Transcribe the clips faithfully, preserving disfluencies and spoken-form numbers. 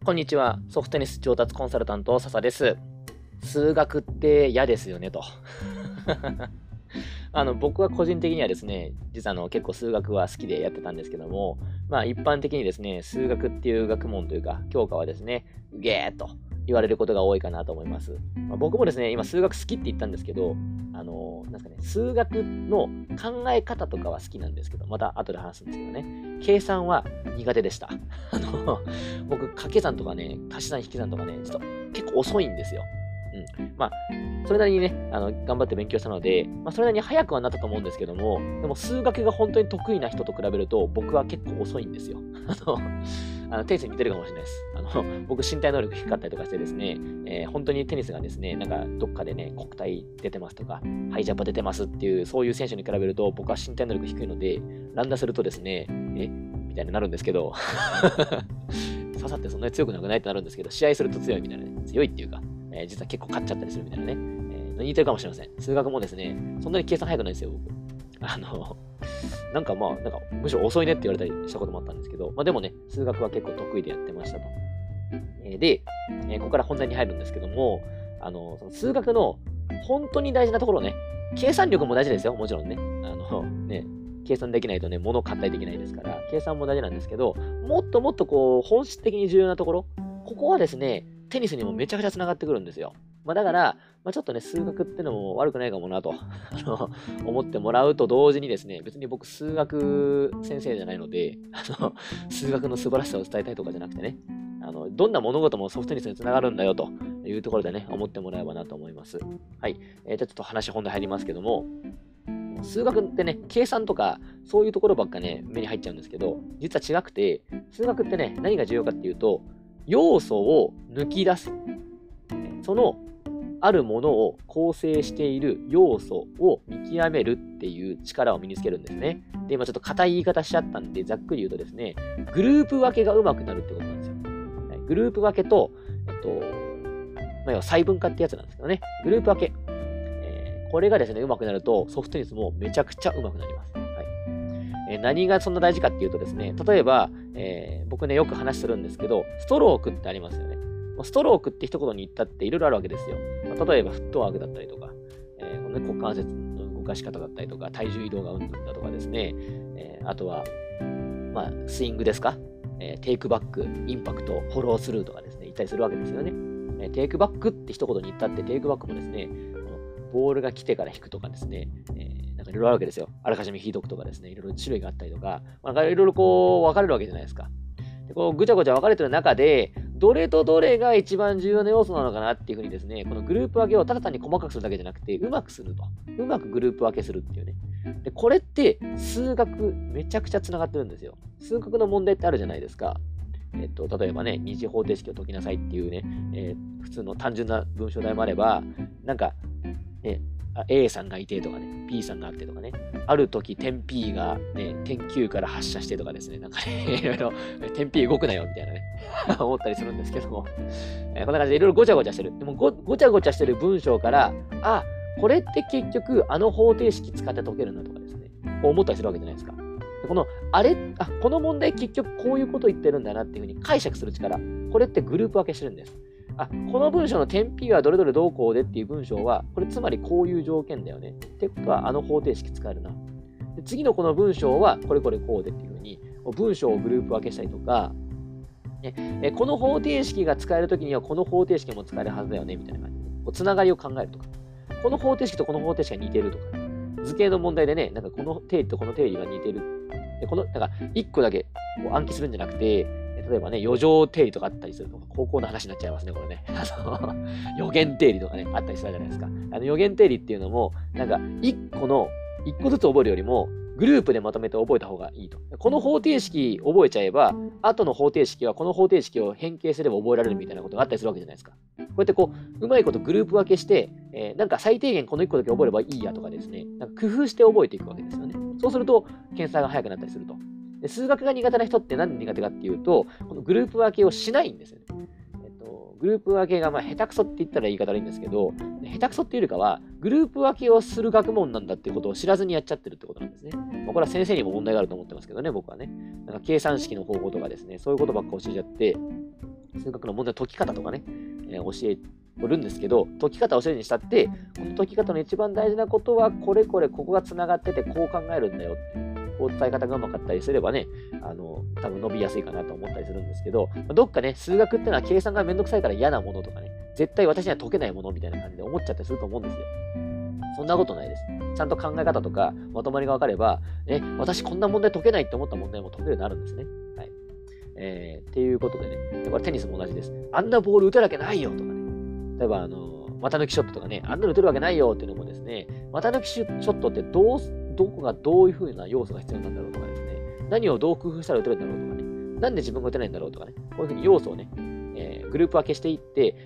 こんにちは。ソフトテニス上達コンサルタント、笹です。数学って嫌ですよね、と。あの僕は個人的にはですね、実はあの結構数学は好きでやってたんですけども、まあ一般的にですね、数学っていう学問というか、教科はですね、うげーっと言われることが多いかなと思います。まあ、僕もですね、今数学好きって言ったんですけど、あの、なんですかね、数学の考え方とかは好きなんですけど、また後で話すんですけどね、計算は苦手でした。あの、僕、掛け算とかね、足し算引き算とかね、ちょっと結構遅いんですよ。うん。まあ、それなりにね、あの、頑張って勉強したので、まあ、それなりに早くはなったと思うんですけども、でも数学が本当に得意な人と比べると、僕は結構遅いんですよ。あの、あのテニスに似てるかもしれないです。あの、僕身体能力低かったりとかしてですね、えー、本当にテニスがですね、なんかどっかでね、国体出てますとか、ハイジャパ出てますっていう、そういう選手に比べると、僕は身体能力低いので、乱打するとですね、えみたいになるんですけど、刺さってそんなに強くなくないってなるんですけど、試合すると強いみたいなね、強いっていうか、えー、実は結構勝っちゃったりするみたいなね、えー、似てるかもしれません。数学もですね、そんなに計算早くないんですよ、僕。あの、なんかまあ、なんかむしろ遅いねって言われたりしたこともあったんですけど、まあでもね、数学は結構得意でやってましたと。えー、で、えー、ここから本題に入るんですけども、あの、その数学の本当に大事なところね、計算力も大事ですよ、もちろんね。あの、ね、計算できないとね、物を買ったりできないですから、計算も大事なんですけど、もっともっとこう、本質的に重要なところ、ここはですね、テニスにもめちゃくちゃ繋がってくるんですよ。まあだから、まあ、ちょっとね、数学ってのも悪くないかもなとあの思ってもらうと同時にですね、別に僕数学先生じゃないので、あの数学の素晴らしさを伝えたいとかじゃなくてね、あのどんな物事もソフトテニスにつながるんだよというところでね、思ってもらえばなと思います。はい。えー、じゃあちょっと話本題入りますけども、数学ってね、計算とかそういうところばっかね、目に入っちゃうんですけど、実は違くて、数学ってね、何が重要かっていうと、要素を抜き出す。そのあるものを構成している要素を見極めるっていう力を身につけるんですね。で、今ちょっと硬い言い方しちゃったんで、ざっくり言うとですね、グループ分けが上手くなるってことなんですよ。グループ分けと、えっと、まあ、要は細分化ってやつなんですけどね、グループ分け。えー、これがですね、上手くなると、ソフトテニスもめちゃくちゃ上手くなります。はい。えー、何がそんな大事かっていうとですね、例えば、えー、僕ね、よく話するんですけど、ストロークってありますよね。ストロークって一言に言ったっていろいろあるわけですよ。まあ、例えばフットワークだったりとか、えー、この、ね、股関節の動かし方だったりとか、体重移動がうんぬんだとかですね、えー、あとは、まあ、スイングですか、えー、テイクバック、インパクト、フォロースルーとかですね、言ったりするわけですよね。えー、テイクバックって一言に言ったって、テイクバックもですね、ボールが来てから引くとかですね、えー、なんかいろいろあるわけですよ。あらかじめ引いとくとかですね、いろいろ種類があったりとか、まあ、いろいろこう分かれるわけじゃないですか。でこうぐちゃぐちゃ分かれてる中で、どれとどれが一番重要な要素なのかなっていうふうにですね、このグループ分けをただ単に細かくするだけじゃなくて、うまくすると。うまくグループ分けするっていうね。で、これって数学めちゃくちゃ繋がってるんですよ。数学の問題ってあるじゃないですか。えっと、例えばね、二次方程式を解きなさいっていうね、えー、普通の単純な文章題もあれば、なんか、ね、A さんがいてとかね、P さんがあってとかね、ある時点 P がね、点 Q から発射してとかですね、なんかね、いろいろ点 P 動くなよみたいなね、思ったりするんですけども、えー、こんな感じでいろいろごちゃごちゃしてる。でもご、ごちゃごちゃしてる文章から、あ、これって結局あの方程式使って解けるなとかですね、こう思ったりするわけじゃないですか。でこの、あれ、あ、この問題結局こういうこと言ってるんだなっていうふうに解釈する力、これってグループ分けしてるんです。あ、この文章の点 P はどれどれどうこうでっていう文章は、これつまりこういう条件だよね。ってことは、あの方程式使えるな。で次のこの文章は、これこれこうでっていうふうに、文章をグループ分けしたりとか、えこの方程式が使えるときには、この方程式も使えるはずだよね、みたいな感じで、こうつながりを考えるとか、この方程式とこの方程式が似てるとか、図形の問題でね、なんかこの定理とこの定理が似てる。でこの、なんか一個だけこう暗記するんじゃなくて、例えばね、余剰定理とかあったりするとか、高校の話になっちゃいますね、これね。あの予言定理とかね、あったりするじゃないですか。あの予言定理っていうのも、なんか一個の、一個ずつ覚えるよりも、グループでまとめて覚えた方がいいと。この方程式覚えちゃえば、後の方程式はこの方程式を変形すれば覚えられるみたいなことがあったりするわけじゃないですか。こうやってこう、うまいことグループ分けして、えー、なんか最低限このいっこだけ覚えればいいやとかですね、なんか工夫して覚えていくわけですよね。そうすると、検査が早くなったりすると。で数学が苦手な人って何で苦手かっていうと、このグループ分けをしないんですよね。えっと、グループ分けがまあ下手くそって言ったら言い方悪いんですけど、下手くそっていうよりかは、グループ分けをする学問なんだっていうことを知らずにやっちゃってるってことなんですね。まあ、これは先生にも問題があると思ってますけどね、僕はね。なんか計算式の方法とかですね、そういうことばっか教えちゃって、 数学の問題の解き方とかね、えー、教えるんですけど、解き方を教えるにしたって、この解き方の一番大事なことは、これこれここがつながってて、こう考えるんだよっていう。こう伝え方がうまかったりすればね、あの、多分伸びやすいかなと思ったりするんですけど、どっかね、数学ってのは計算がめんどくさいから嫌なものとかね、絶対私には解けないものみたいな感じで思っちゃったりすると思うんですよ。そんなことないです。ちゃんと考え方とかまとまりが分かれば、え、私こんな問題解けないって思った問題も解けるようになるんですね。はい。えー、っていうことでね、これテニスも同じです。あんなボール打てるわけないよとかね。例えば、あの、股抜きショットとかね、あんなの打てるわけないよっていうのもですね、股抜きショットってどう、どこがどういう風な要素が必要なんだろうとかですね、何をどう工夫したら打てるんだろうとかね、なんで自分が打てないんだろうとかね、こういう風に要素をね、えー、グループ分けしていって、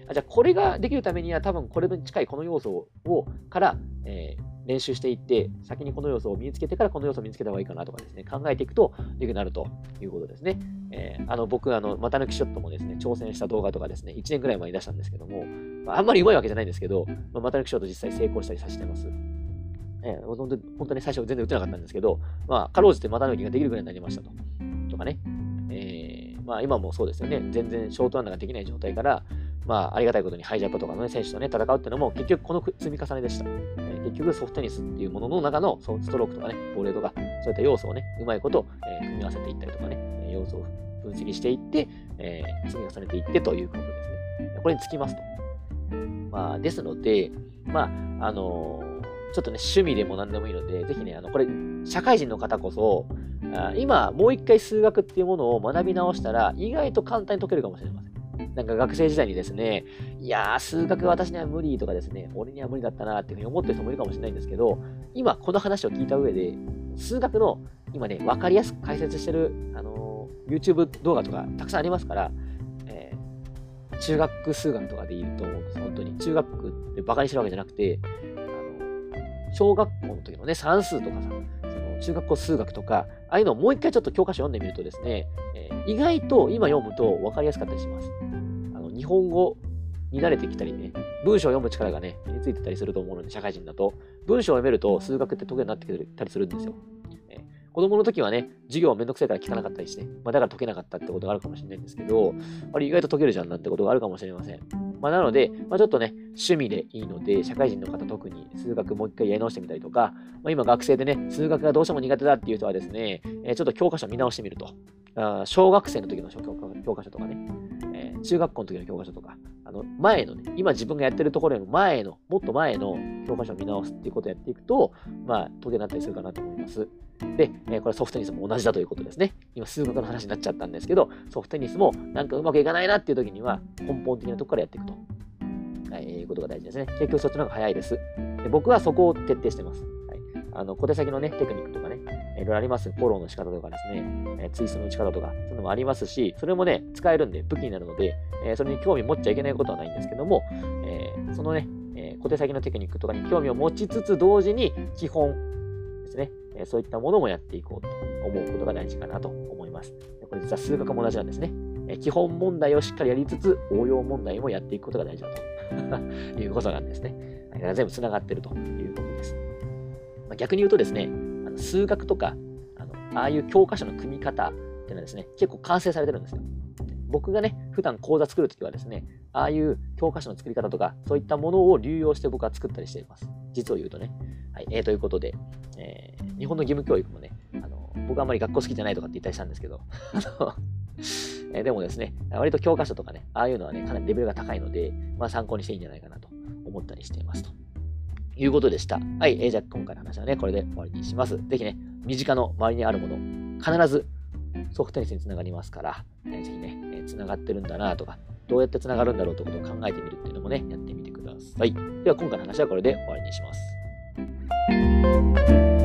あ、じゃあこれができるためには多分これに近いこの要素をから、えー、練習していって、先にこの要素を身につけてからこの要素を身につけた方がいいかなとかですね、考えていくと、できるようになるということですね。えー、あの、僕、あの、股抜きショットもですね、挑戦した動画とかですね、いちねんぐらい前に出したんですけども、まあ、あんまり上手いわけじゃないんですけど、まあ、股抜きショット実際成功したりさせてます。えー、本当に、本当に最初全然打てなかったんですけど、まあ、かろうじて股抜きができるぐらいになりましたと。とかね。えー、まあ、今もそうですよね。全然ショートランナーができない状態から、まあ、ありがたいことにハイジャンプとかの、ね、選手とね、戦うっていうのも、結局この積み重ねでした。えー、結局ソフトテニスっていうものの中のストロークとかね、ボレーとか、そういった要素をね、うまいこと、えー、組み合わせていったりとかね、要素を分析していって、えー、積み重ねていってということですね。これにつきますと。まあ、ですので、まあ、あのー、ちょっとね、趣味でも何でもいいので、ぜひね、あの、これ、社会人の方こそ、あ今、もう一回数学っていうものを学び直したら、意外と簡単に解けるかもしれません。なんか学生時代にですね、いやー、数学私には無理とかですね、俺には無理だったなっていうふうに思ってる人もいるかもしれないんですけど、今、この話を聞いた上で、数学の、今ね、わかりやすく解説してる、あのー、YouTube 動画とかたくさんありますから、えー、中学数学とかでいいと思うんです、本当に。中学ってバカにしてるわけじゃなくて、小学校の時のね、算数とかさ、その中学校数学とか、ああいうのをもう一回ちょっと教科書読んでみるとですね、えー、意外と今読むと分かりやすかったりします。あの日本語に慣れてきたりね、文章を読む力がね、身についてたりすると思うので、社会人だと、文章を読めると数学って得意になってきたりするんですよ。えー、子供の時はね、授業めんどくさいから聞かなかったりして、まあ、だから解けなかったってことがあるかもしれないんですけど、あれ意外と解けるじゃんなんてことがあるかもしれません。まあ、なので、まあ、ちょっとね、趣味でいいので、社会人の方特に数学もう一回やり直してみたりとか、まあ、今学生でね、数学がどうしても苦手だっていう人はですね、えー、ちょっと教科書見直してみると。あ小学生の時の教科教科書とかね、えー、中学校の時の教科書とか、あの前のね、今自分がやってるところよりも前の、もっと前の教科書を見直すっていうことをやっていくと、まあ、解けになったりするかなと思います。で、えー、これソフトテニスも同じだということですね。今、数学の話になっちゃったんですけど、ソフトテニスもなんかうまくいかないなっていう時には、根本的なところからやっていくと。はい、いうことが大事ですね。結局そっちの方が早いです。で僕はそこを徹底してます。はい、あの小手先のね、テクニックとかね、いろいろあります。フォローの仕方とかですね、えー、ツイストの打ち方とか、そういうのもありますし、それもね、使えるんで武器になるので、えー、それに興味持っちゃいけないことはないんですけども、えー、そのね、えー、小手先のテクニックとかに興味を持ちつつ、同時に基本ですね、えー、そういったものもやっていこうと思うことが大事かなと思います。これ実は数学も同じなんですね。えー、基本問題をしっかりやりつつ、応用問題もやっていくことが大事だと。いうことなんですね。だから全部つながっているということです。まあ、逆に言うとですね、あの数学とかあの、ああいう教科書の組み方っていうのはですね、結構完成されてるんですよ。僕がね、普段講座作るときはですね、ああいう教科書の作り方とか、そういったものを流用して僕は作ったりしています。実を言うとね。はい、えー、ということで、えー、日本の義務教育もね、あの僕はあんまり学校好きじゃないとかって言ったりしたんですけど、えー、でもですね、割と教科書とかね、ああいうのはね、かなりレベルが高いので、まあ参考にしていいんじゃないかなと思ったりしていますと。いうことでした。はい、えー、じゃあ今回の話はね、これで終わりにします。ぜひね、身近の周りにあるもの、必ずソフトテニスにつながりますから、えー、ぜひね、えー、つながってるんだなとか、どうやってつながるんだろうということを考えてみるっていうのもね、やってみてください。では今回の話はこれで終わりにします。